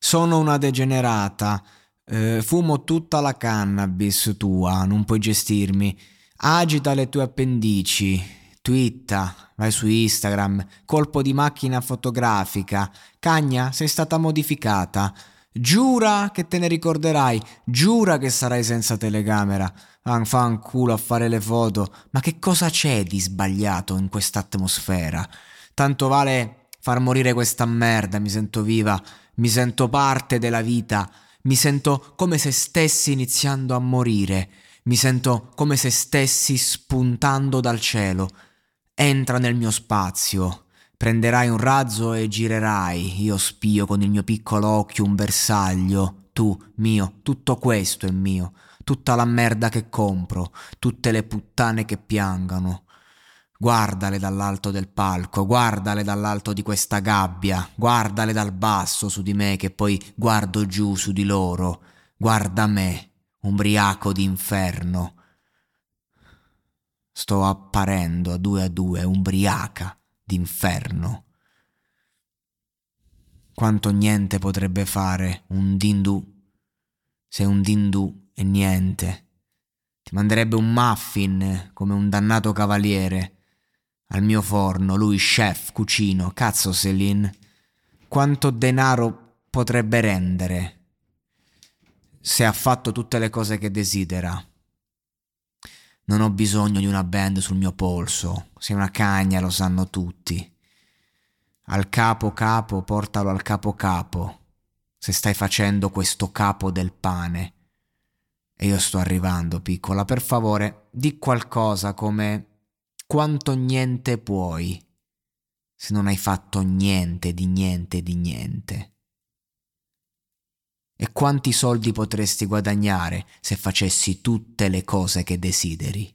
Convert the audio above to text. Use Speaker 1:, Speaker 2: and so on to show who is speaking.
Speaker 1: Sono una degenerata. Fumo tutta la cannabis tua, non puoi gestirmi. Agita le tue appendici. Twitta, vai su Instagram. Colpo di macchina fotografica. Cagna, sei stata modificata. Giura che te ne ricorderai. Giura che sarai senza telecamera. Fanculo a fare le foto. Ma che cosa c'è di sbagliato in questa atmosfera? Tanto vale far morire questa merda, mi sento viva. Mi sento parte della vita, mi sento come se stessi iniziando a morire, mi sento come se stessi spuntando dal cielo. Entra nel mio spazio, prenderai un razzo e girerai, io spio con il mio piccolo occhio un bersaglio, tu, mio, tutto questo è mio, tutta la merda che compro, tutte le puttane che piangano. Guardale dall'alto del palco, guardale dall'alto di questa gabbia, guardale dal basso su di me che poi guardo giù su di loro. Guarda me, ubriaco d'inferno. Sto apparendo a due, ubriaca d'inferno. Quanto niente potrebbe fare un dindù, se un dindù è niente. Ti manderebbe un muffin come un dannato cavaliere. Al mio forno, lui chef, cucino, cazzo Céline. Quanto denaro potrebbe rendere se ha fatto tutte le cose che desidera? Non ho bisogno di una band sul mio polso, sei una cagna, lo sanno tutti. Al capo capo, portalo al capo capo, se stai facendo questo capo del pane. E io sto arrivando, piccola, per favore, di qualcosa come quanto niente puoi, se non hai fatto niente di niente di niente. E quanti soldi potresti guadagnare se facessi tutte le cose che desideri?